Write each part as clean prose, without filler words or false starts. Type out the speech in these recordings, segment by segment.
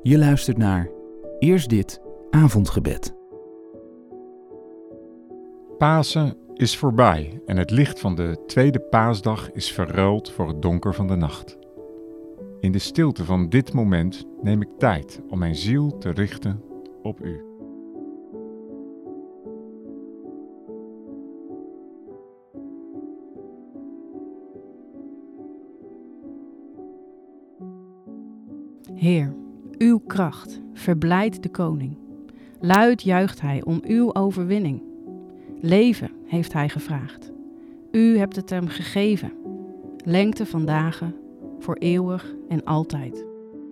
Je luistert naar Eerst dit avondgebed. Pasen is voorbij en het licht van de tweede paasdag is verruild voor het donker van de nacht. In de stilte van dit moment neem ik tijd om mijn ziel te richten op U. Heer, uw kracht verblijdt de koning. Luid juicht hij om uw overwinning. Leven heeft hij gevraagd. U hebt het hem gegeven. Lengte van dagen, voor eeuwig en altijd.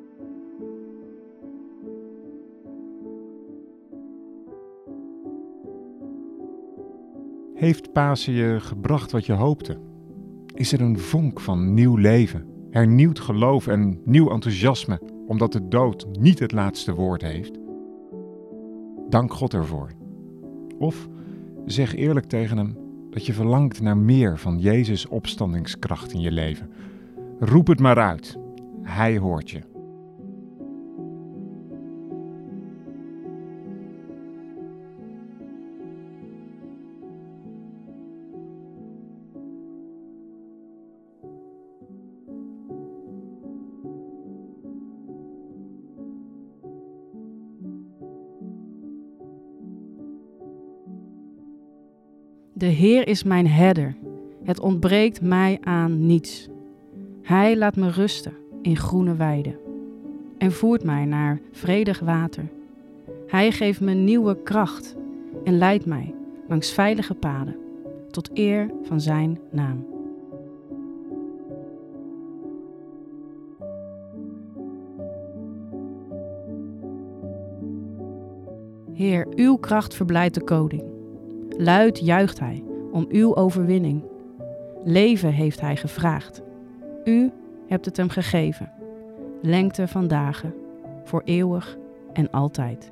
Heeft Pasen je gebracht wat je hoopte? Is er een vonk van nieuw leven, hernieuwd geloof en nieuw enthousiasme, omdat de dood niet het laatste woord heeft? Dank God ervoor. Of zeg eerlijk tegen hem dat je verlangt naar meer van Jezus' opstandingskracht in je leven. Roep het maar uit. Hij hoort je. De Heer is mijn herder. Het ontbreekt mij aan niets. Hij laat me rusten in groene weiden en voert mij naar vredig water. Hij geeft me nieuwe kracht en leidt mij langs veilige paden tot eer van zijn naam. Heer, uw kracht verblijdt de koning. Luid juicht hij om uw overwinning. Leven heeft hij gevraagd. U hebt het hem gegeven. Lengte van dagen, voor eeuwig en altijd.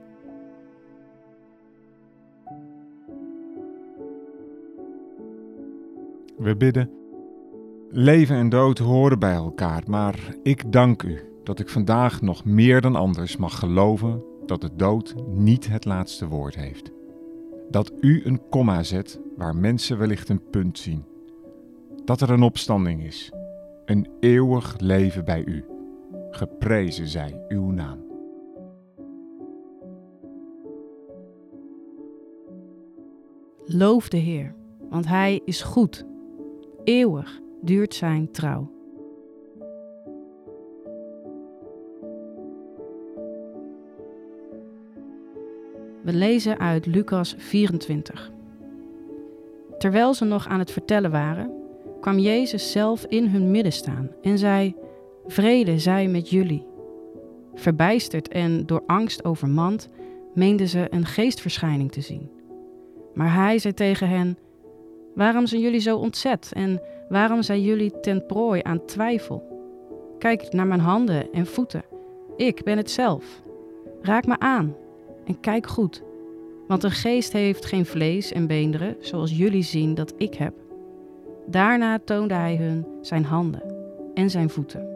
We bidden. Leven en dood horen bij elkaar, maar ik dank u dat ik vandaag nog meer dan anders mag geloven dat de dood niet het laatste woord heeft. Dat u een komma zet waar mensen wellicht een punt zien. Dat er een opstanding is. Een eeuwig leven bij u. Geprezen zij uw naam. Loof de Heer, want hij is goed. Eeuwig duurt zijn trouw. We lezen uit Lucas 24. Terwijl ze nog aan het vertellen waren, kwam Jezus zelf in hun midden staan en zei: Vrede zij met jullie. Verbijsterd en door angst overmand, meenden ze een geestverschijning te zien. Maar hij zei tegen hen: Waarom zijn jullie zo ontzet en waarom zijn jullie ten prooi aan twijfel? Kijk naar mijn handen en voeten. Ik ben het zelf. Raak me aan en kijk goed. Want een geest heeft geen vlees en beenderen, zoals jullie zien dat ik heb. Daarna toonde hij hun zijn handen en zijn voeten.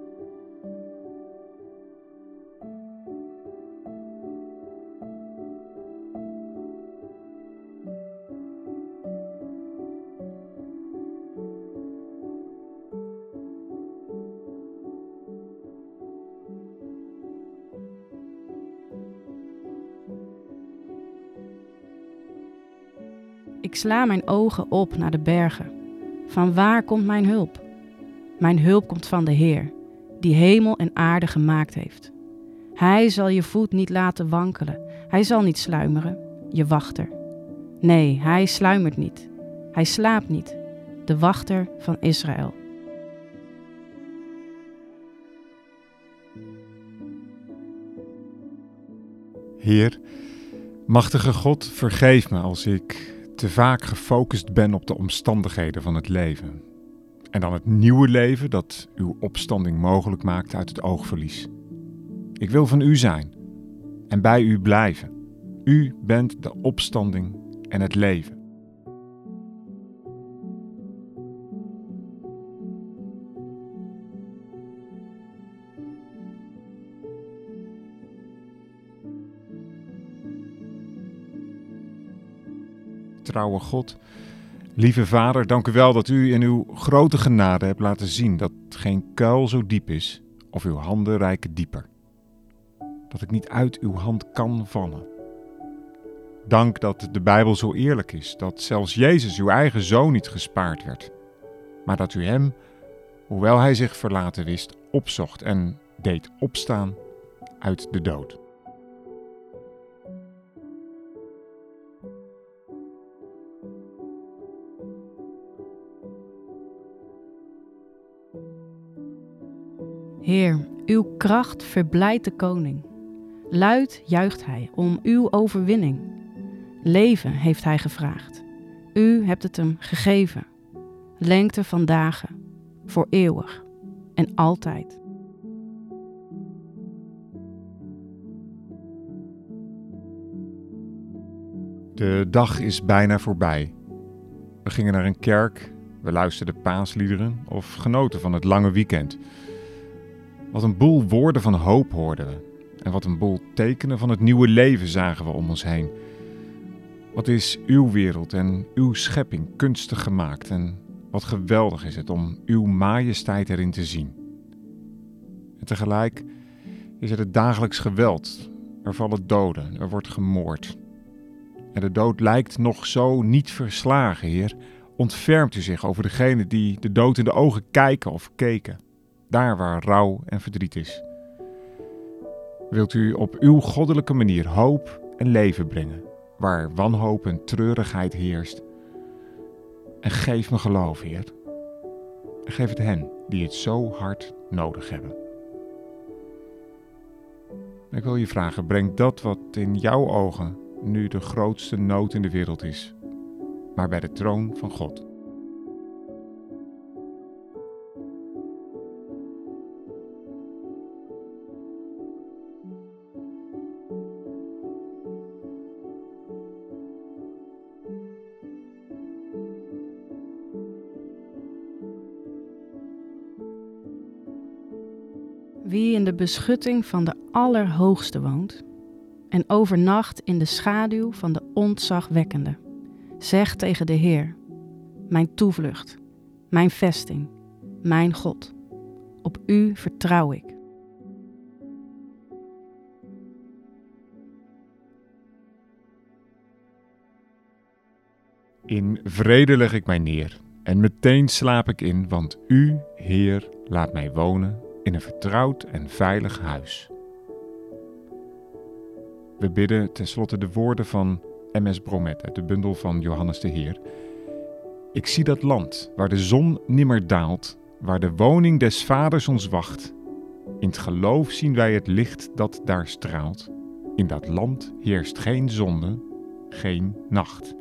Ik sla mijn ogen op naar de bergen. Van waar komt mijn hulp? Mijn hulp komt van de Heer, die hemel en aarde gemaakt heeft. Hij zal je voet niet laten wankelen. Hij zal niet sluimeren, je wachter. Nee, hij sluimert niet. Hij slaapt niet, de wachter van Israël. Heer, machtige God, vergeef me als ik te vaak gefocust ben op de omstandigheden van het leven. En dan het nieuwe leven dat uw opstanding mogelijk maakt uit het oog verlies. Ik wil van u zijn en bij u blijven. U bent de opstanding en het leven. trouwe God. Lieve Vader, dank u wel dat u in uw grote genade hebt laten zien dat geen kuil zo diep is of uw handen reiken dieper. Dat ik niet uit uw hand kan vallen. Dank dat de Bijbel zo eerlijk is, dat zelfs Jezus, uw eigen zoon, niet gespaard werd. Maar dat u hem, hoewel hij zich verlaten wist, opzocht en deed opstaan uit de dood. Heer, uw kracht verblijdt de koning. Luid juicht hij om uw overwinning. Leven heeft hij gevraagd. U hebt het hem gegeven. Lengte van dagen, voor eeuwig en altijd. De dag is bijna voorbij. We gingen naar een kerk, we luisterden paasliederen of genoten van het lange weekend. Wat een boel woorden van hoop hoorden we. En wat een boel tekenen van het nieuwe leven zagen we om ons heen. Wat is uw wereld en uw schepping kunstig gemaakt en wat geweldig is het om uw majesteit erin te zien. En tegelijk is er het dagelijks geweld. Er vallen doden, er wordt gemoord. En de dood lijkt nog zo niet verslagen, Heer. Ontfermt u zich over degenen die de dood in de ogen kijken of keken. Daar waar rouw en verdriet is. Wilt u op uw goddelijke manier hoop en leven brengen, waar wanhoop en treurigheid heerst. En geef me geloof, Heer. En geef het hen die het zo hard nodig hebben. Ik wil je vragen, breng dat wat in jouw ogen nu de grootste nood in de wereld is, maar bij de troon van God. Wie in de beschutting van de Allerhoogste woont en overnacht in de schaduw van de ontzagwekkende, zegt tegen de Heer, mijn toevlucht, mijn vesting, mijn God, op u vertrouw ik. In vrede leg ik mij neer en meteen slaap ik in, want u, Heer, laat mij wonen in een vertrouwd en veilig huis. We bidden tenslotte de woorden van M.S. Bromet uit de bundel van Johannes de Heer. Ik zie dat land waar de zon nimmer daalt, waar de woning des Vaders ons wacht. In het geloof zien wij het licht dat daar straalt. In dat land heerst geen zonde, geen nacht.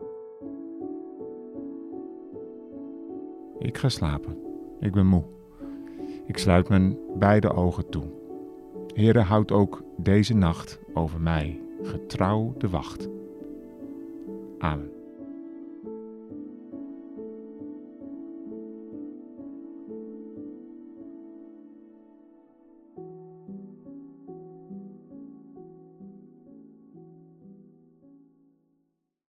Ik ga slapen. Ik ben moe. Ik sluit mijn beide ogen toe. Heere, houd ook deze nacht over mij getrouw de wacht. Amen.